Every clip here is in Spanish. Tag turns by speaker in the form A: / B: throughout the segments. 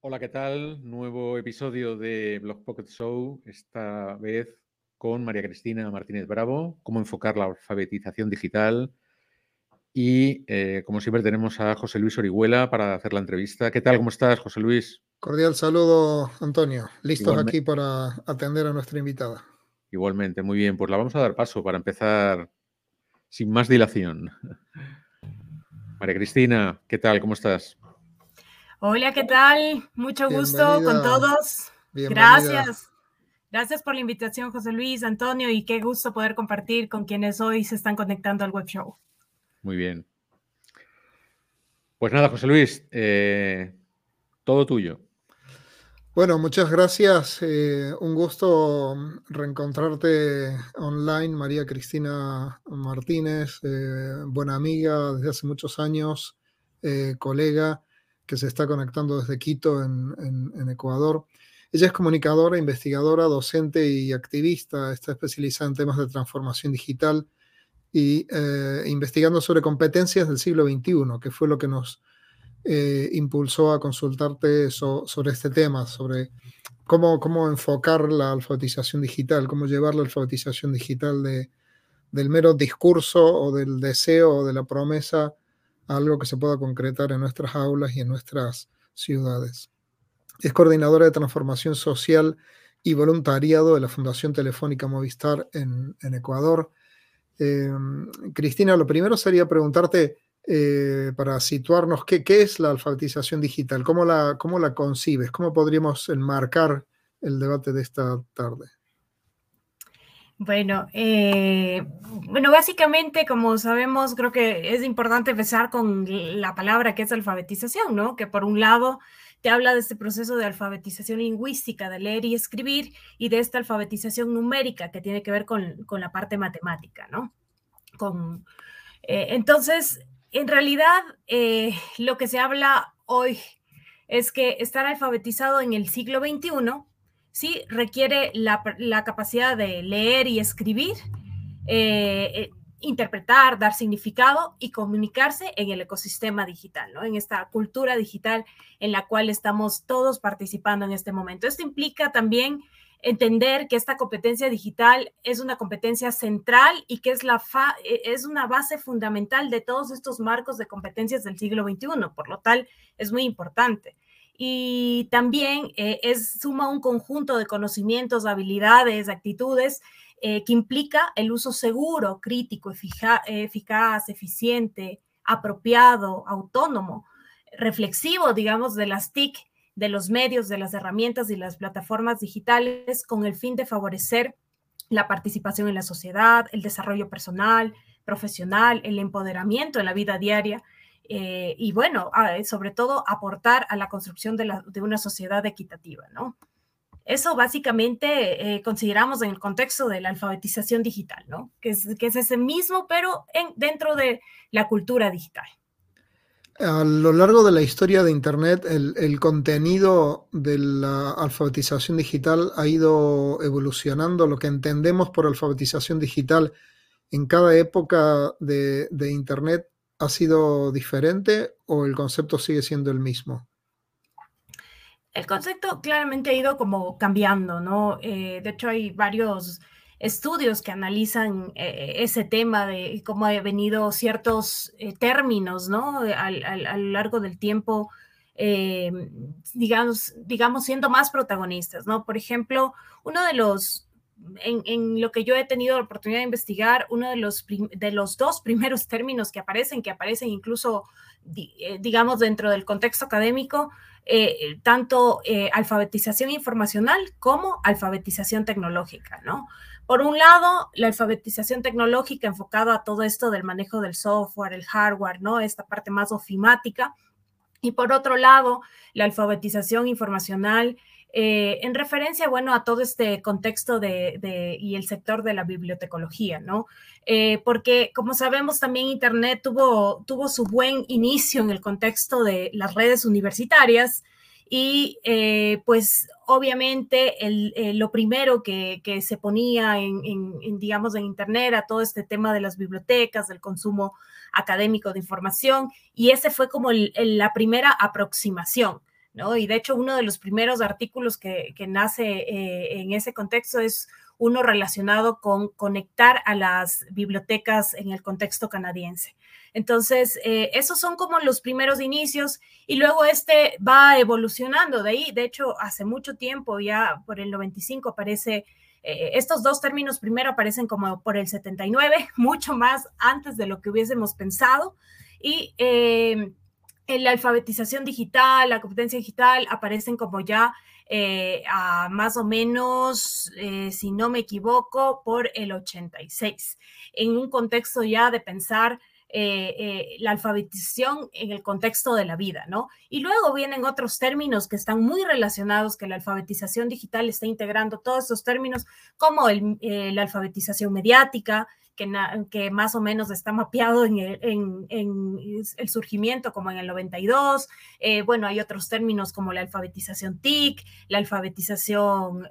A: Hola, ¿qué tal? Nuevo episodio de Blog Pocket Show, esta vez con María Cristina Martínez Bravo, cómo enfocar la alfabetización digital. Y como siempre tenemos a José Luis Orihuela para hacer la entrevista. ¿Qué tal? ¿Cómo estás, José Luis?
B: Cordial saludo, Antonio. Listos
A: Igualme-
B: aquí para atender a nuestra invitada.
A: Igualmente, muy bien. Pues la vamos a dar paso para empezar sin más dilación. María Cristina, ¿qué tal? ¿Cómo estás?
C: Hola, ¿qué tal? Mucho gusto con
B: Bienvenida,
C: todos.
B: bienvenida.
C: Gracias. Gracias por la invitación, José Luis, Antonio, y qué gusto poder compartir con quienes hoy se están conectando al web show.
A: Muy bien. Pues nada, José Luis, todo tuyo.
B: Bueno, muchas gracias. Un gusto reencontrarte online, María Cristina Martínez, buena amiga desde hace muchos años, colega que se está conectando desde Quito en Ecuador. Ella es comunicadora, investigadora, docente y activista. Está especializada en temas de transformación digital y investigando sobre competencias del siglo XXI, que fue lo que nos impulsó a consultarte sobre este tema, sobre cómo enfocar la alfabetización digital, cómo llevar la alfabetización digital del mero discurso o del deseo o de la promesa a algo que se pueda concretar en nuestras aulas y en nuestras ciudades. Es coordinadora de transformación social y voluntariado de la Fundación Telefónica Movistar en Ecuador. Cristina, lo primero sería preguntarte, para situarnos, ¿qué es la alfabetización digital? ¿Cómo la concibes? ¿Cómo podríamos enmarcar el debate de esta tarde?
C: Bueno, básicamente, como sabemos, creo que es importante empezar con la palabra que es alfabetización, ¿no? Que por un lado te habla de este proceso de alfabetización lingüística, de leer y escribir, y de esta alfabetización numérica que tiene que ver con la parte matemática, ¿no? Entonces, en realidad, lo que se habla hoy es que estar alfabetizado en el siglo XXI sí requiere la capacidad de leer y escribir, interpretar, dar significado y comunicarse en el ecosistema digital, ¿no? En esta cultura digital en la cual estamos todos participando en este momento. Esto implica también entender que esta competencia digital es una competencia central y que es una base fundamental de todos estos marcos de competencias del siglo XXI. Por lo tal, es muy importante. Y también suma un conjunto de conocimientos, habilidades, actitudes que implica el uso seguro, crítico, eficaz, eficiente, apropiado, autónomo, reflexivo, digamos, de las TIC, de los medios, de las herramientas y las plataformas digitales con el fin de favorecer la participación en la sociedad, el desarrollo personal, profesional, el empoderamiento en la vida diaria y bueno, sobre todo aportar a la construcción de una sociedad equitativa, ¿no? Eso básicamente consideramos en el contexto de la alfabetización digital, ¿no? Que es ese mismo, pero dentro de la cultura digital.
B: A lo largo de la historia de Internet, el contenido de la alfabetización digital ha ido evolucionando. Lo que entendemos por alfabetización digital en cada época de Internet ha sido diferente o el concepto sigue siendo el mismo.
C: El concepto claramente ha ido como cambiando, ¿no? De hecho, hay varios estudios que analizan ese tema de cómo ha venido ciertos términos, ¿no? A lo largo del tiempo, digamos, siendo más protagonistas, ¿no? Por ejemplo, uno de los, en lo que yo he tenido la oportunidad de investigar, uno de los dos primeros términos que aparecen incluso, digamos, dentro del contexto académico, tanto alfabetización informacional como alfabetización tecnológica, ¿no? Por un lado, la alfabetización tecnológica enfocada a todo esto del manejo del software, el hardware, ¿no? Esta parte más ofimática. Y por otro lado, la alfabetización informacional en referencia, bueno, a todo este contexto y el sector de la bibliotecología, ¿no? Porque, como sabemos, también Internet tuvo su buen inicio en el contexto de las redes universitarias y, pues, obviamente, lo primero que se ponía digamos, en Internet era todo este tema de las bibliotecas, del consumo académico de información, y ese fue como la primera aproximación. ¿no? Y de hecho, uno de los primeros artículos que nace en ese contexto es uno relacionado con conectar a las bibliotecas en el contexto canadiense. Entonces, esos son como los primeros inicios y luego va evolucionando de ahí. De hecho, hace mucho tiempo, ya por el 95, aparece, estos dos términos primero aparecen como por el 79, mucho más antes de lo que hubiésemos pensado. Y la alfabetización digital, la competencia digital, aparecen como ya a más o menos, si no me equivoco, por el 86, en un contexto ya de pensar la alfabetización en el contexto de la vida, ¿no? Y luego vienen otros términos que están muy relacionados, que la alfabetización digital está integrando todos esos términos, como la alfabetización mediática, que más o menos está mapeado en el surgimiento como en el 92. Bueno, hay otros términos como la alfabetización TIC, la alfabetización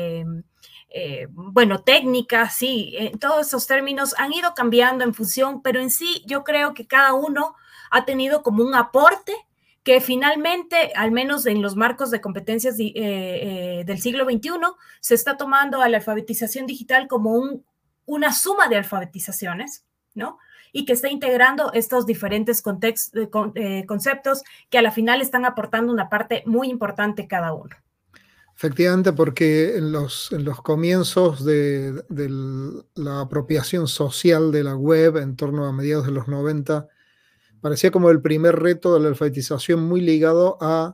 C: bueno, técnica, sí, todos esos términos han ido cambiando en función, pero en sí yo creo que cada uno ha tenido como un aporte que finalmente, al menos en los marcos de competencias del siglo XXI, se está tomando a la alfabetización digital como una suma de alfabetizaciones, ¿no? Y que está integrando estos diferentes conceptos que a la final están aportando una parte muy importante cada uno.
B: Efectivamente, porque en los comienzos de la apropiación social de la web, en torno a mediados de los 90, parecía como el primer reto de la alfabetización muy ligado a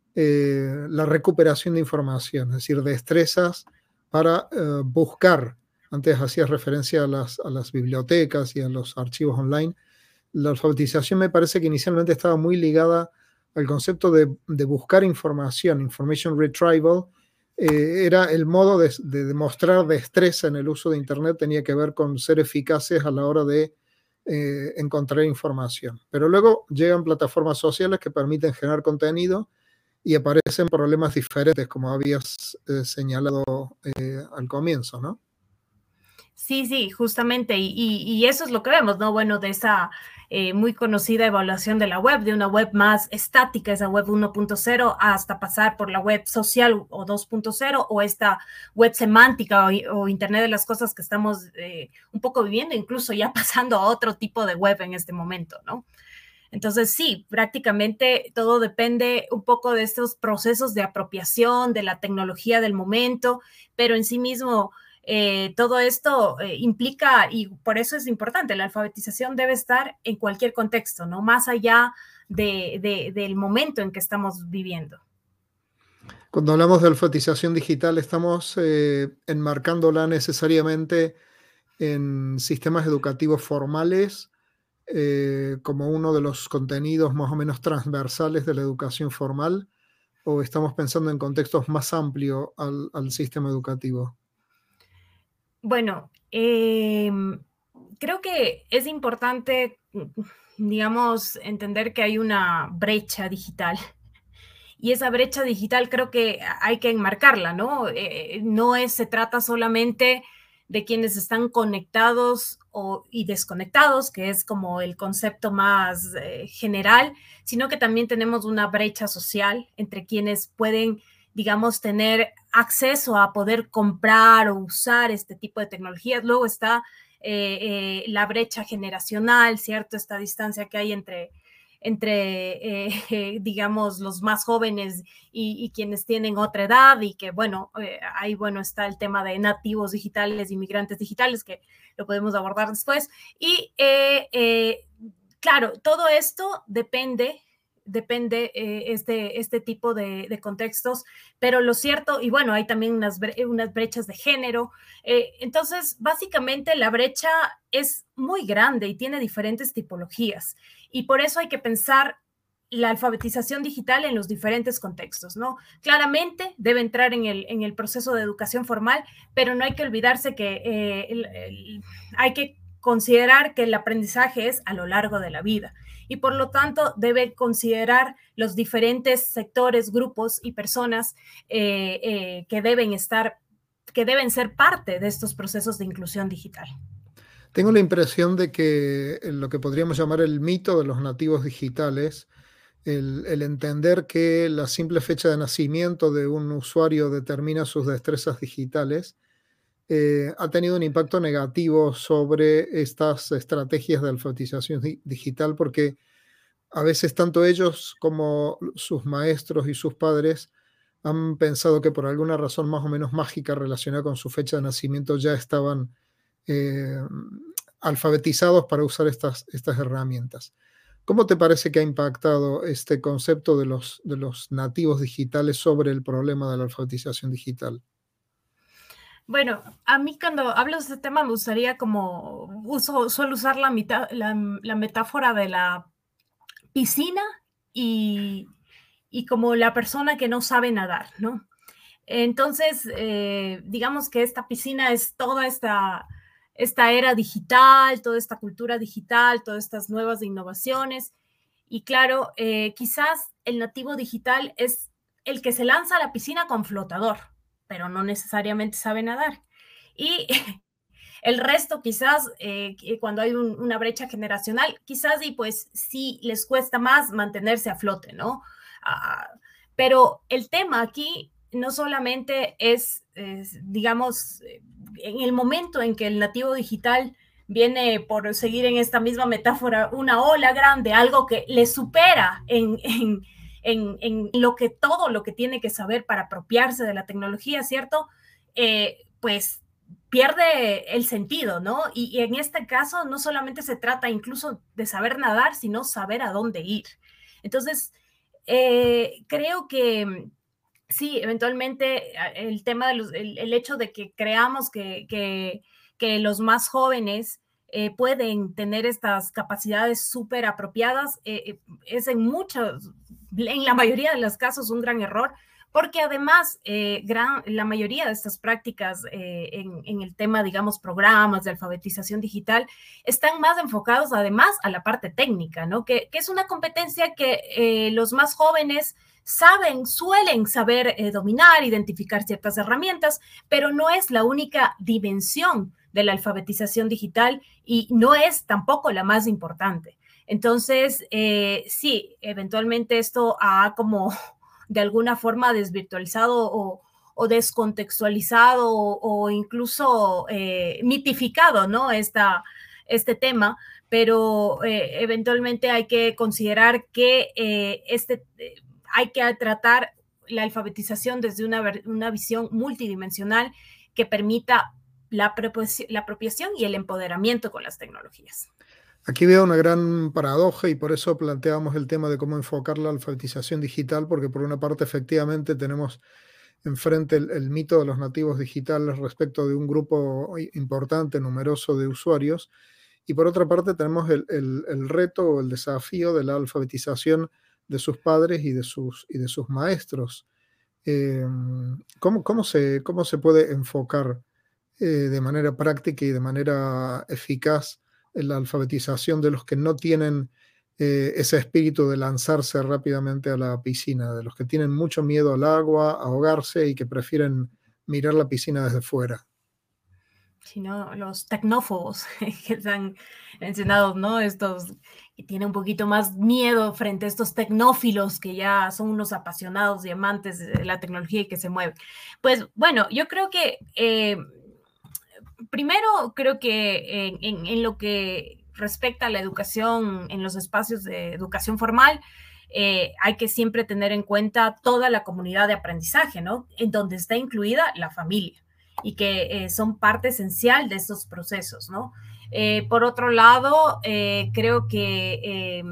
B: la recuperación de información, es decir, destrezas para buscar. Antes hacías referencia a las bibliotecas y a los archivos online. La alfabetización me parece que inicialmente estaba muy ligada al concepto de buscar información, information retrieval. Era el modo de demostrar destreza en el uso de Internet, tenía que ver con ser eficaces a la hora de encontrar información. Pero luego llegan plataformas sociales que permiten generar contenido y aparecen problemas diferentes, como habías señalado al comienzo, ¿no?
C: Sí, sí, justamente, y eso es lo que vemos, ¿no? Bueno, de esa muy conocida evaluación de la web, de una web más estática, esa web 1.0, hasta pasar por la web social o 2.0, o esta web semántica o Internet de las cosas que estamos un poco viviendo, incluso ya pasando a otro tipo de web en este momento, ¿no? Entonces, sí, prácticamente todo depende un poco de estos procesos de apropiación, de la tecnología del momento, pero en sí mismo todo esto implica, y por eso es importante, la alfabetización debe estar en cualquier contexto, ¿no? Más allá del momento en que estamos viviendo.
B: Cuando hablamos de alfabetización digital, estamos enmarcándola necesariamente en sistemas educativos formales, como uno de los contenidos más o menos transversales de la educación formal, o estamos pensando en contextos más amplios al sistema educativo?
C: Bueno, creo que es importante, digamos, entender que hay una brecha digital. Y esa brecha digital creo que hay que enmarcarla, ¿no? No se trata solamente de quienes están conectados y desconectados, que es como el concepto más general, sino que también tenemos una brecha social entre quienes pueden, digamos, tener acceso a poder comprar o usar este tipo de tecnologías. Luego está la brecha generacional, ¿cierto? Esta distancia que hay entre digamos, los más jóvenes y quienes tienen otra edad, y que, bueno, ahí, bueno, está el tema de nativos digitales, inmigrantes digitales, que lo podemos abordar después. Y, claro, todo esto depende este tipo de contextos, pero lo cierto, y bueno, hay también unas brechas de género. Entonces, básicamente la brecha es muy grande y tiene diferentes tipologías, y por eso hay que pensar la alfabetización digital en los diferentes contextos, ¿no? Claramente debe entrar en el proceso de educación formal, pero no hay que olvidarse que hay que considerar que el aprendizaje es a lo largo de la vida, y por lo tanto debe considerar los diferentes sectores, grupos y personas que deben ser parte de estos procesos de inclusión digital.
B: Tengo la impresión de que lo que podríamos llamar el mito de los nativos digitales el entender que la simple fecha de nacimiento de un usuario determina sus destrezas digitales, ha tenido un impacto negativo sobre estas estrategias de alfabetización digital, porque a veces tanto ellos como sus maestros y sus padres han pensado que por alguna razón más o menos mágica relacionada con su fecha de nacimiento ya estaban eh, alfabetizados para usar estas herramientas. ¿Cómo te parece que ha impactado este concepto de los nativos digitales sobre el problema de la alfabetización digital?
C: Bueno, a mí cuando hablo de este tema me gustaría suelo usar la metáfora de la piscina y como la persona que no sabe nadar, ¿no? Entonces, digamos que esta piscina es toda esta era digital, toda esta cultura digital, todas estas nuevas innovaciones. Y claro, quizás el nativo digital es el que se lanza a la piscina con flotador, pero no necesariamente sabe nadar. Y el resto quizás, cuando hay una brecha generacional, quizás y pues sí les cuesta más mantenerse a flote, ¿no? Pero el tema aquí no solamente es, digamos, en el momento en que el nativo digital viene, por seguir en esta misma metáfora, una ola grande, algo que le supera en todo lo que tiene que saber para apropiarse de la tecnología, ¿cierto? Pues pierde el sentido, ¿no? Y en este caso no solamente se trata incluso de saber nadar, sino saber a dónde ir. Entonces, creo que sí, eventualmente el tema el hecho de que creamos que los más jóvenes pueden tener estas capacidades súper apropiadas es en la mayoría de los casos un gran error, porque además la mayoría de estas prácticas en el tema, digamos, programas de alfabetización digital están más enfocados además a la parte técnica, ¿no? Que es una competencia que los más jóvenes suelen saber dominar, identificar ciertas herramientas, pero no es la única dimensión de la alfabetización digital y no es tampoco la más importante. Entonces, sí, eventualmente esto ha como de alguna forma desvirtualizado o descontextualizado o incluso mitificado, ¿no? Este tema, pero eventualmente hay que considerar que hay que tratar la alfabetización desde una visión multidimensional que permita la apropiación y el empoderamiento con las tecnologías.
B: Aquí veo una gran paradoja y por eso planteamos el tema de cómo enfocar la alfabetización digital, porque por una parte efectivamente tenemos enfrente el mito de los nativos digitales respecto de un grupo importante, numeroso de usuarios, y por otra parte tenemos el reto o el desafío de la alfabetización de sus padres y de sus maestros. ¿Cómo se puede enfocar de manera práctica y de manera eficaz en la alfabetización de los que no tienen ese espíritu de lanzarse rápidamente a la piscina, de los que tienen mucho miedo al agua, a ahogarse y que prefieren mirar la piscina desde fuera?
C: Sino los tecnófobos que están mencionados, ¿no? Estos que tienen un poquito más miedo frente a estos tecnófilos que ya son unos apasionados y amantes de la tecnología y que se mueven. Pues bueno, yo creo que primero creo que en lo que respecta a la educación en los espacios de educación formal, hay que siempre tener en cuenta toda la comunidad de aprendizaje, ¿no? En donde está incluida la familia y que son parte esencial de estos procesos, ¿no? Por otro lado, creo que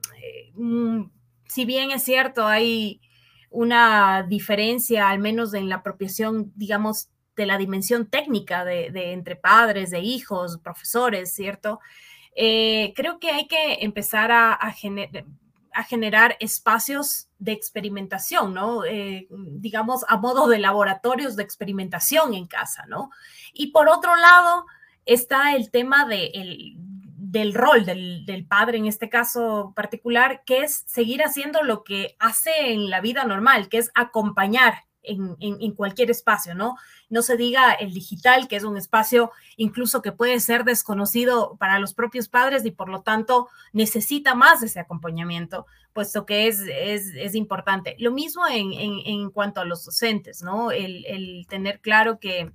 C: si bien es cierto, hay una diferencia, al menos en la apropiación, digamos, de la dimensión técnica de entre padres, de hijos, profesores, ¿cierto? Creo que hay que empezar a generar espacios de experimentación, ¿no? Digamos, a modo de laboratorios de experimentación en casa, ¿no? Y por otro lado, está el tema del rol del padre en este caso particular, que es seguir haciendo lo que hace en la vida normal, que es acompañar en cualquier espacio, ¿no? No se diga el digital, que es un espacio incluso que puede ser desconocido para los propios padres y por lo tanto necesita más de ese acompañamiento, puesto que es importante. Lo mismo en cuanto a los docentes, ¿no? El tener claro que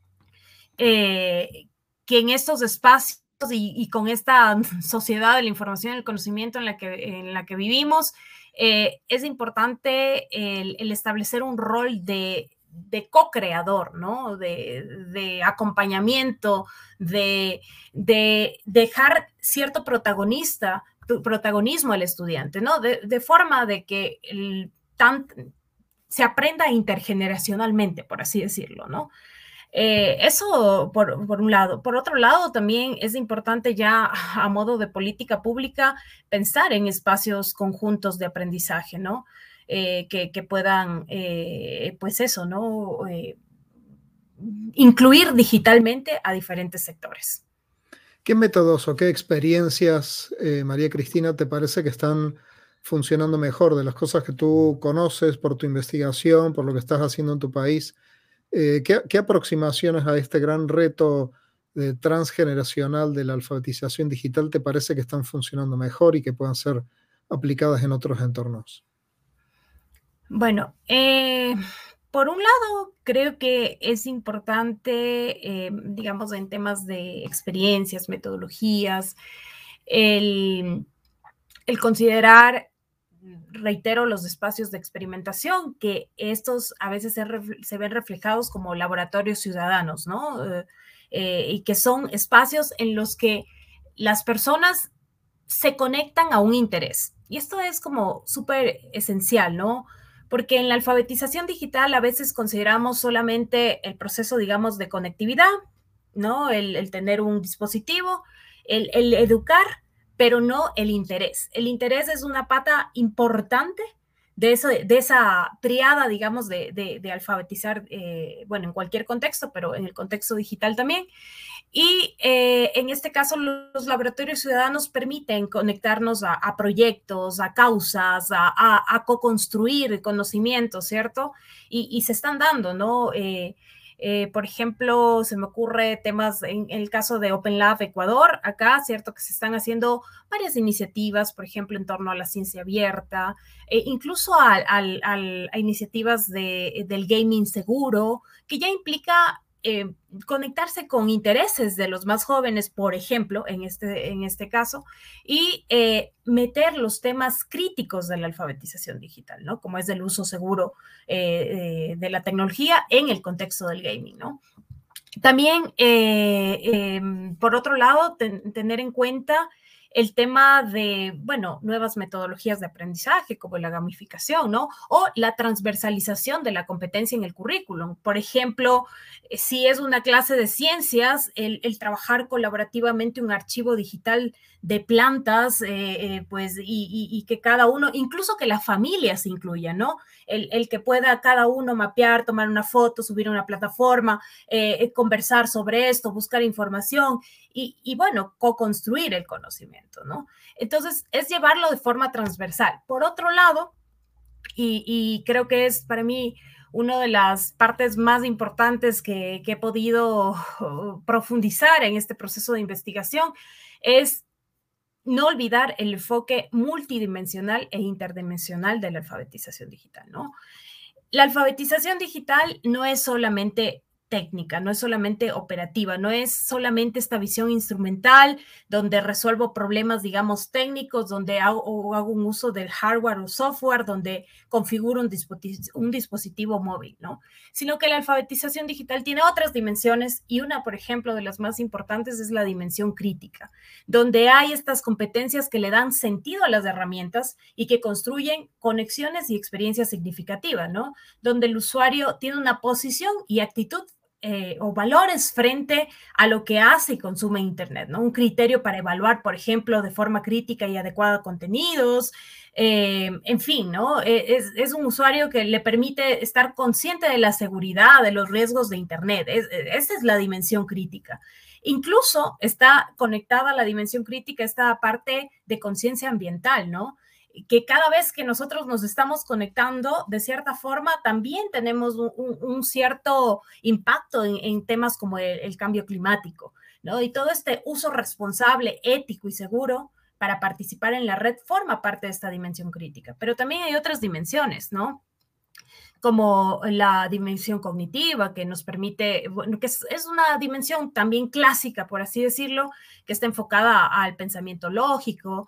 C: en estos espacios y con esta sociedad de la información y el conocimiento en la que vivimos, es importante el establecer un rol de co-creador, ¿no? De acompañamiento, de dejar cierto protagonismo al estudiante, ¿no? De forma de que se aprenda intergeneracionalmente, por así decirlo, ¿no? Eso por un lado. Por otro lado, también es importante ya a modo de política pública pensar en espacios conjuntos de aprendizaje, ¿no? Que puedan, pues eso, ¿no? Incluir digitalmente a diferentes sectores.
B: ¿Qué métodos o qué experiencias, María Cristina, te parece que están funcionando mejor de las cosas que tú conoces por tu investigación, por lo que estás haciendo en tu país? ¿Qué aproximaciones a este gran reto transgeneracional de la alfabetización digital te parece que están funcionando mejor y que puedan ser aplicadas en otros entornos?
C: Bueno, por un lado, creo que es importante, digamos, en temas de experiencias, metodologías, el considerar, reitero, los espacios de experimentación, que estos a veces se ven reflejados como laboratorios ciudadanos, ¿no? Y que son espacios en los que las personas se conectan a un interés. Y esto es como súper esencial, ¿no? Porque en la alfabetización digital a veces consideramos solamente el proceso, digamos, de conectividad, ¿no? El tener un dispositivo, el educar, pero no el interés. El interés es una pata importante de esa triada, digamos, de alfabetizar, bueno, en cualquier contexto, pero en el contexto digital también. Y en este caso, los laboratorios ciudadanos permiten conectarnos a proyectos, a causas, a co-construir conocimiento, ¿cierto? Y se están dando, ¿no? Por ejemplo, se me ocurre temas en el caso de Open Lab Ecuador, acá, ¿cierto? Que se están haciendo varias iniciativas, por ejemplo, en torno a la ciencia abierta, incluso a iniciativas del gaming seguro, que ya implica conectarse con intereses de los más jóvenes, por ejemplo, en este caso, y meter los temas críticos de la alfabetización digital, ¿no? Como es el uso seguro de la tecnología en el contexto del gaming, ¿no? También, por otro lado, tener en cuenta el tema de, bueno, nuevas metodologías de aprendizaje como la gamificación, ¿no? O la transversalización de la competencia en el currículum. Por ejemplo, si es una clase de ciencias, el trabajar colaborativamente un archivo digital de plantas, pues, y que cada uno, incluso que la familia se incluya, ¿no? El que pueda cada uno mapear, tomar una foto, subir a una plataforma, conversar sobre esto, buscar información y bueno, co-construir el conocimiento, ¿no? Entonces, es llevarlo de forma transversal. Por otro lado, y creo que es para mí una de las partes más importantes que he podido profundizar en este proceso de investigación, es no olvidar el enfoque multidimensional e interdimensional de la alfabetización digital, ¿no? La alfabetización digital no es solamente técnica, no es solamente operativa, no es solamente esta visión instrumental donde resuelvo problemas, digamos, técnicos, donde hago un uso del hardware o software, donde configuro un dispositivo móvil, ¿no? Sino que la alfabetización digital tiene otras dimensiones y una, por ejemplo, de las más importantes es la dimensión crítica, donde hay estas competencias que le dan sentido a las herramientas y que construyen conexiones y experiencias significativas, ¿no? Donde el usuario tiene una posición y actitud o valores frente a lo que hace y consume Internet, ¿no? Un criterio para evaluar, por ejemplo, de forma crítica y adecuada contenidos, en fin, ¿no? Es un usuario que le permite estar consciente de la seguridad, de los riesgos de Internet. Esa es la dimensión crítica. Incluso está conectada a la dimensión crítica esta parte de conciencia ambiental, ¿no? que cada vez que nosotros nos estamos conectando, de cierta forma, también tenemos un cierto impacto en temas como el cambio climático, ¿no? Y todo este uso responsable, ético y seguro para participar en la red forma parte de esta dimensión crítica. Pero también hay otras dimensiones, ¿no? Como la dimensión cognitiva, que nos permite, bueno, que es una dimensión también clásica, por así decirlo, que está enfocada al pensamiento lógico,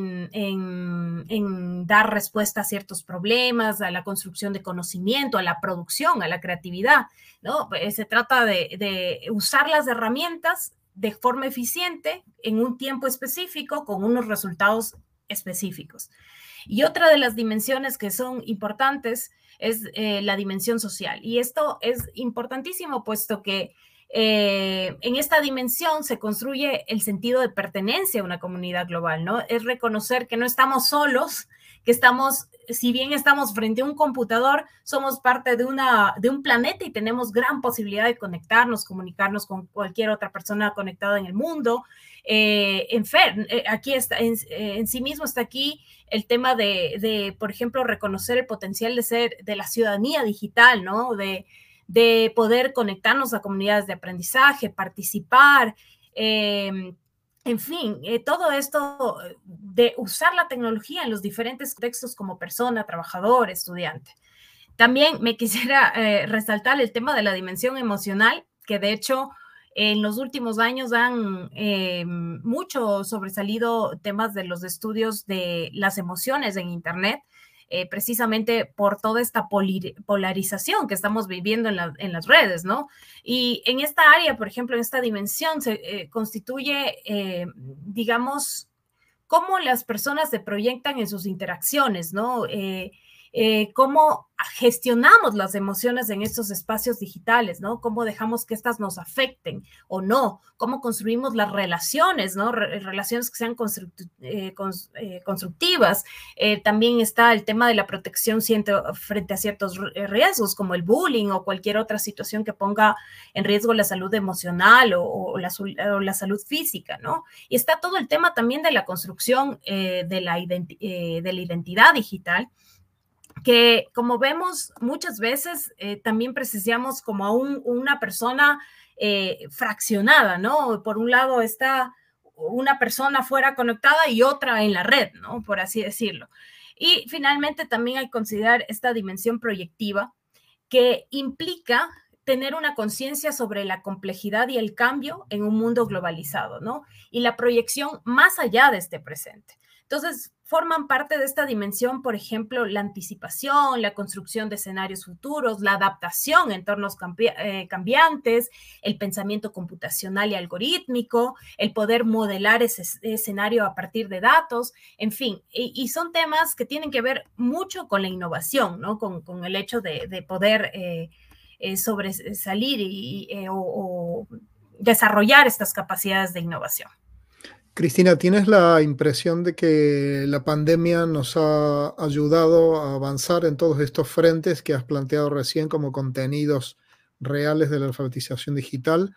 C: en dar respuesta a ciertos problemas, a la construcción de conocimiento, a la producción, a la creatividad, ¿no? Se trata de usar las herramientas de forma eficiente en un tiempo específico con unos resultados específicos. Y otra de las dimensiones que son importantes es la dimensión social. Y esto es importantísimo, puesto que en esta dimensión se construye el sentido de pertenencia a una comunidad global, ¿no? Es reconocer que no estamos solos, que estamos, si bien estamos frente a un computador, somos parte de un planeta y tenemos gran posibilidad de conectarnos, comunicarnos con cualquier otra persona conectada en el mundo. Aquí está, en sí mismo está aquí el tema de, por ejemplo, reconocer el potencial de la ciudadanía digital, ¿no? De poder conectarnos a comunidades de aprendizaje, participar, en fin, todo esto de usar la tecnología en los diferentes contextos como persona, trabajador, estudiante. También me quisiera resaltar el tema de la dimensión emocional, que de hecho en los últimos años han mucho sobresalido temas de los estudios de las emociones en Internet, precisamente por toda esta polarización que estamos viviendo en las redes, ¿no? Y en esta área, por ejemplo, en esta dimensión se constituye, digamos, cómo las personas se proyectan en sus interacciones, ¿no? Cómo gestionamos las emociones en estos espacios digitales, ¿no? Cómo dejamos que estas nos afecten o no, cómo construimos las relaciones, ¿no? Relaciones que sean constructivas. También está el tema de la protección frente a ciertos riesgos, como el bullying o cualquier otra situación que ponga en riesgo la salud emocional o la salud física, ¿no? Y está todo el tema también de la construcción de la identidad digital, que como vemos muchas veces también presenciamos como a una persona fraccionada, ¿no? Por un lado está una persona fuera conectada y otra en la red, ¿no? Por así decirlo. Y finalmente también hay que considerar esta dimensión proyectiva que implica tener una conciencia sobre la complejidad y el cambio en un mundo globalizado, ¿no? Y la proyección más allá de este presente. Entonces, forman parte de esta dimensión, por ejemplo, la anticipación, la construcción de escenarios futuros, la adaptación a entornos cambiantes, el pensamiento computacional y algorítmico, el poder modelar ese escenario a partir de datos, en fin, y son temas que tienen que ver mucho con la innovación, ¿no? Con el hecho de poder sobresalir o desarrollar estas capacidades de innovación.
B: Cristina, ¿tienes la impresión de que la pandemia nos ha ayudado a avanzar en todos estos frentes que has planteado recién como contenidos reales de la alfabetización digital?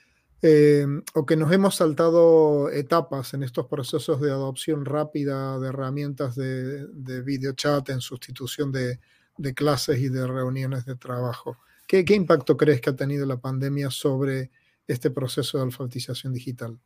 B: ¿O que nos hemos saltado etapas en estos procesos de adopción rápida de herramientas de videochat en sustitución de clases y de reuniones de trabajo? ¿Qué impacto crees que ha tenido la pandemia sobre este proceso de alfabetización digital?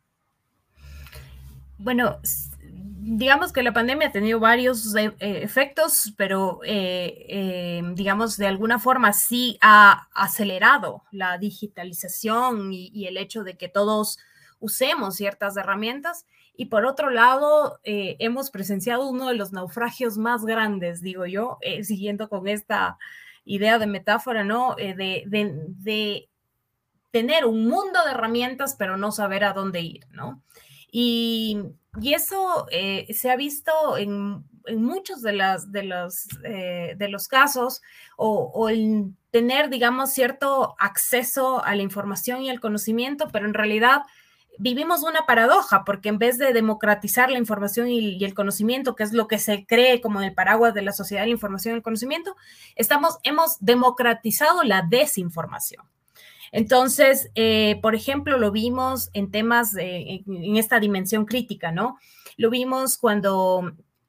C: Bueno, digamos que la pandemia ha tenido varios efectos, pero digamos de alguna forma sí ha acelerado la digitalización y el hecho de que todos usemos ciertas herramientas. Y por otro lado, hemos presenciado uno de los naufragios más grandes, digo yo, siguiendo con esta idea de metáfora, ¿no? De tener un mundo de herramientas, pero no saber a dónde ir, ¿no? Y eso se ha visto en muchos de los casos, o el tener, digamos, cierto acceso a la información y al conocimiento, pero en realidad vivimos una paradoja, porque en vez de democratizar la información y el conocimiento, que es lo que se cree como en el paraguas de la sociedad de la información y el conocimiento, hemos democratizado la desinformación. Entonces, por ejemplo, lo vimos en temas, en esta dimensión crítica, ¿no? Lo vimos cuando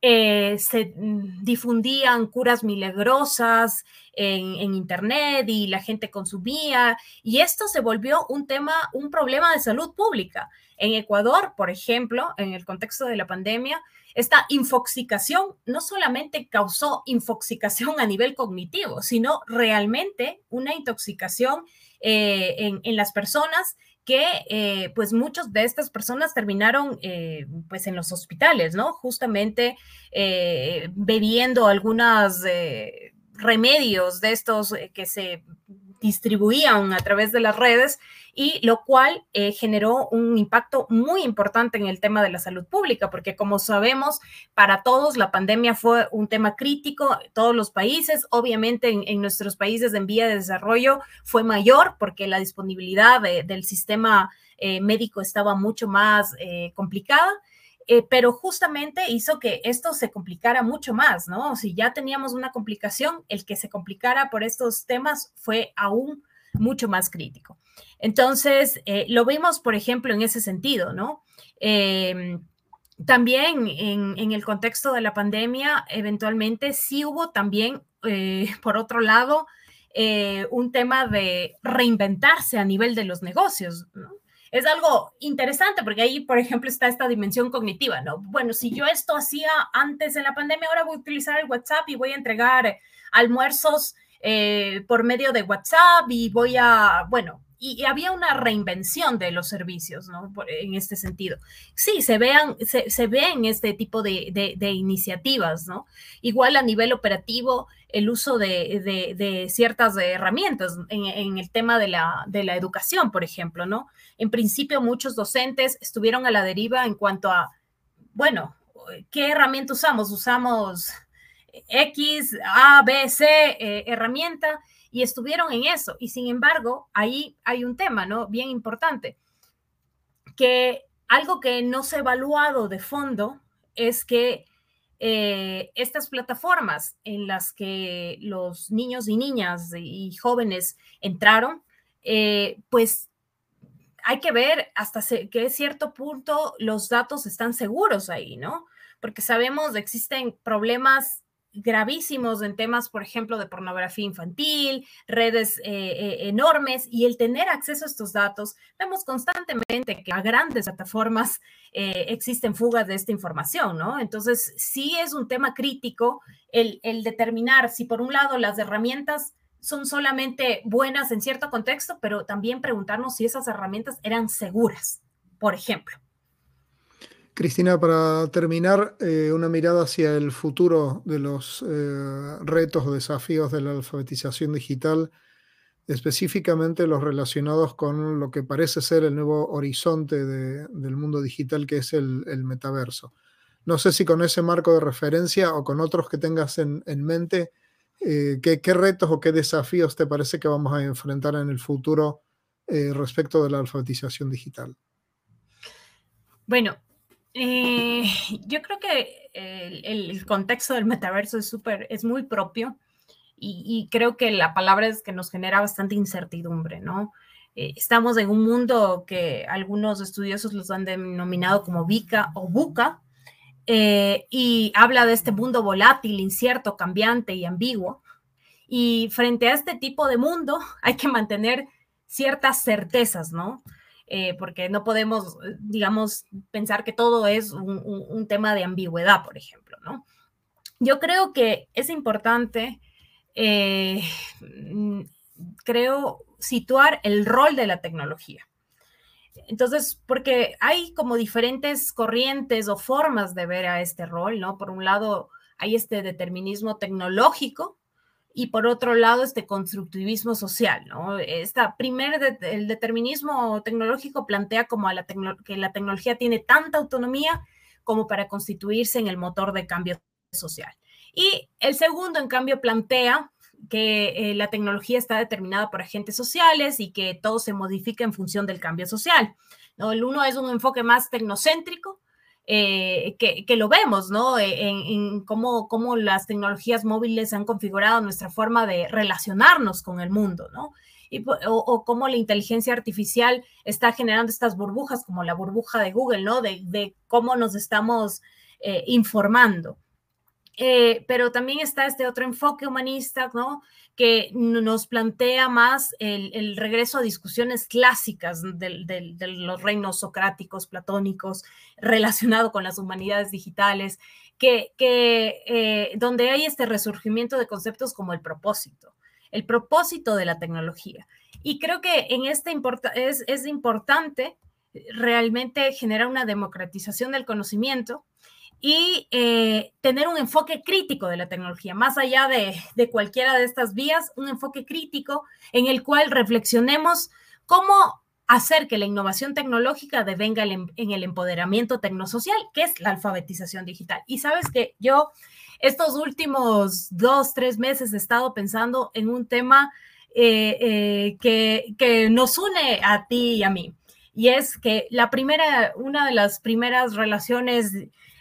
C: se difundían curas milagrosas en internet y la gente consumía, y esto se volvió un problema de salud pública. En Ecuador, por ejemplo, en el contexto de la pandemia, esta infoxicación no solamente causó infoxicación a nivel cognitivo, sino realmente una intoxicación en las personas que pues muchas de estas personas terminaron pues en los hospitales, ¿no? Justamente bebiendo algunos remedios de estos que se distribuían a través de las redes, y lo cual generó un impacto muy importante en el tema de la salud pública, porque como sabemos, para todos la pandemia fue un tema crítico, todos los países, obviamente en nuestros países en vía de desarrollo fue mayor porque la disponibilidad del sistema médico estaba mucho más complicada. Pero justamente hizo que esto se complicara mucho más, ¿no? Si ya teníamos una complicación, el que se complicara por estos temas fue aún mucho más crítico. Entonces, lo vimos, por ejemplo, en ese sentido, ¿no? También en el contexto de la pandemia, eventualmente sí hubo también, por otro lado, un tema de reinventarse a nivel de los negocios, ¿no? Es algo interesante porque ahí, por ejemplo, está esta dimensión cognitiva, ¿no? Bueno, si yo esto hacía antes de la pandemia, ahora voy a utilizar el WhatsApp y voy a entregar almuerzos por medio de WhatsApp y voy a, bueno, y había una reinvención de los servicios, ¿no? En este sentido. Sí, se ven este tipo de iniciativas, ¿no? Igual a nivel operativo, el uso de ciertas herramientas en el tema de la educación, por ejemplo, ¿no? En principio, muchos docentes estuvieron a la deriva en cuanto a, bueno, ¿qué herramienta usamos? Usamos X, A, B, C, herramienta, y estuvieron en eso. Y sin embargo, ahí hay un tema, ¿no? Bien importante, que algo que no se ha evaluado de fondo es que estas plataformas en las que los niños y niñas y jóvenes entraron, pues hay que ver hasta qué cierto punto los datos están seguros ahí, ¿no? Porque sabemos que existen problemas gravísimos en temas, por ejemplo, de pornografía infantil, redes enormes, y el tener acceso a estos datos, vemos constantemente que a grandes plataformas existen fugas de esta información, ¿no? Entonces, sí es un tema crítico el determinar si por un lado las herramientas son solamente buenas en cierto contexto, pero también preguntarnos si esas herramientas eran seguras, por ejemplo.
B: Cristina, para terminar, una mirada hacia el futuro de los retos o desafíos de la alfabetización digital, específicamente los relacionados con lo que parece ser el nuevo horizonte del mundo digital, que es el metaverso. No sé si con ese marco de referencia o con otros que tengas en mente, ¿qué retos o qué desafíos te parece que vamos a enfrentar en el futuro respecto de la alfabetización digital?
C: Bueno, yo creo que el contexto del metaverso es muy propio, y creo que la palabra es que nos genera bastante incertidumbre, ¿no? Estamos en un mundo que algunos estudiosos los han denominado como VICA o VUCA, y habla de este mundo volátil, incierto, cambiante y ambiguo. Y frente a este tipo de mundo hay que mantener ciertas certezas, ¿no? Porque no podemos, digamos, pensar que todo es un tema de ambigüedad, por ejemplo, ¿no? Yo creo que es importante, creo, situar el rol de la tecnología. Entonces, porque hay como diferentes corrientes o formas de ver a este rol, ¿no? Por un lado, hay este determinismo tecnológico, y por otro lado, este constructivismo social, ¿no? El determinismo tecnológico plantea como que la tecnología tiene tanta autonomía como para constituirse en el motor de cambio social. Y el segundo, en cambio, plantea que la tecnología está determinada por agentes sociales y que todo se modifica en función del cambio social, ¿no? El uno es un enfoque más tecnocéntrico, que lo vemos, ¿no? En cómo las tecnologías móviles han configurado nuestra forma de relacionarnos con el mundo, ¿no? O cómo la inteligencia artificial está generando estas burbujas, como la burbuja de Google, ¿no? De cómo nos estamos informando. pero también está este otro enfoque humanista, ¿no? Que nos plantea más el regreso a discusiones clásicas de los reinos socráticos, platónicos, relacionado con las humanidades digitales, donde hay este resurgimiento de conceptos como el propósito de la tecnología. Y creo que en es importante realmente generar una democratización del conocimiento y tener un enfoque crítico de la tecnología, más allá de cualquiera de estas vías, un enfoque crítico en el cual reflexionemos cómo hacer que la innovación tecnológica devenga en el empoderamiento tecnosocial, que es la alfabetización digital. Y sabes que yo estos últimos 2-3 meses he estado pensando en un tema que nos une a ti y a mí, y es que una de las primeras relaciones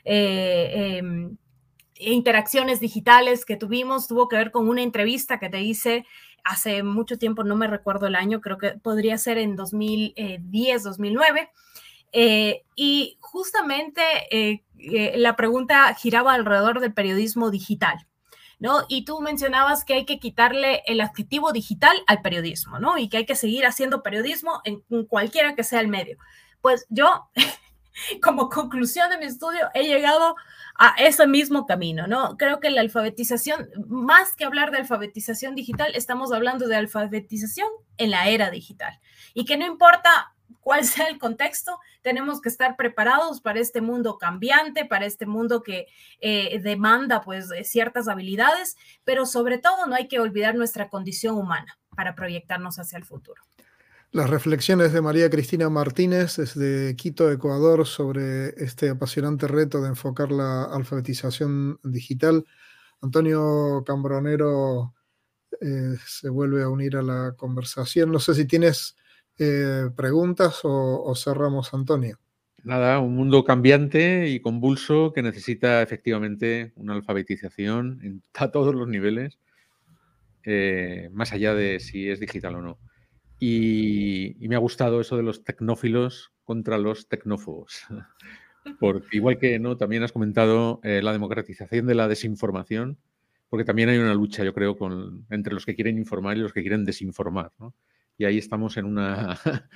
C: interacciones digitales que tuvo que ver con una entrevista que te hice hace mucho tiempo, no me recuerdo el año, creo que podría ser en 2010, 2009, y justamente la pregunta giraba alrededor del periodismo digital, ¿no? Y tú mencionabas que hay que quitarle el adjetivo digital al periodismo, ¿no? Y que hay que seguir haciendo periodismo en cualquiera que sea el medio. Pues yo como conclusión de mi estudio, he llegado a ese mismo camino, ¿no? Creo que la alfabetización, más que hablar de alfabetización digital, estamos hablando de alfabetización en la era digital. Y que no importa cuál sea el contexto, tenemos que estar preparados para este mundo cambiante, para este mundo que demanda, pues, ciertas habilidades, pero sobre todo no hay que olvidar nuestra condición humana para proyectarnos hacia el futuro.
B: Las reflexiones de María Cristina Martínez desde Quito, Ecuador, sobre este apasionante reto de enfocar la alfabetización digital. Antonio Cambronero se vuelve a unir a la conversación. No sé si tienes preguntas o cerramos, Antonio.
A: Nada, un mundo cambiante y convulso que necesita efectivamente una alfabetización a todos los niveles, más allá de si es digital o no. Y me ha gustado eso de los tecnófilos contra los tecnófobos. Porque igual que no, también has comentado la democratización de la desinformación, porque también hay una lucha, yo creo, entre los que quieren informar y los que quieren desinformar, ¿no? Y ahí estamos en una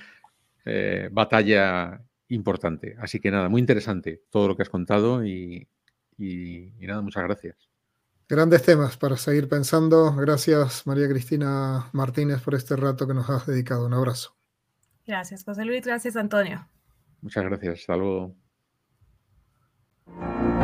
A: batalla importante. Así que nada, muy interesante todo lo que has contado y nada, muchas gracias.
B: Grandes temas para seguir pensando. Gracias, María Cristina Martínez, por este rato que nos has dedicado. Un abrazo.
C: Gracias, José Luis. Gracias, Antonio.
A: Muchas gracias. Hasta luego.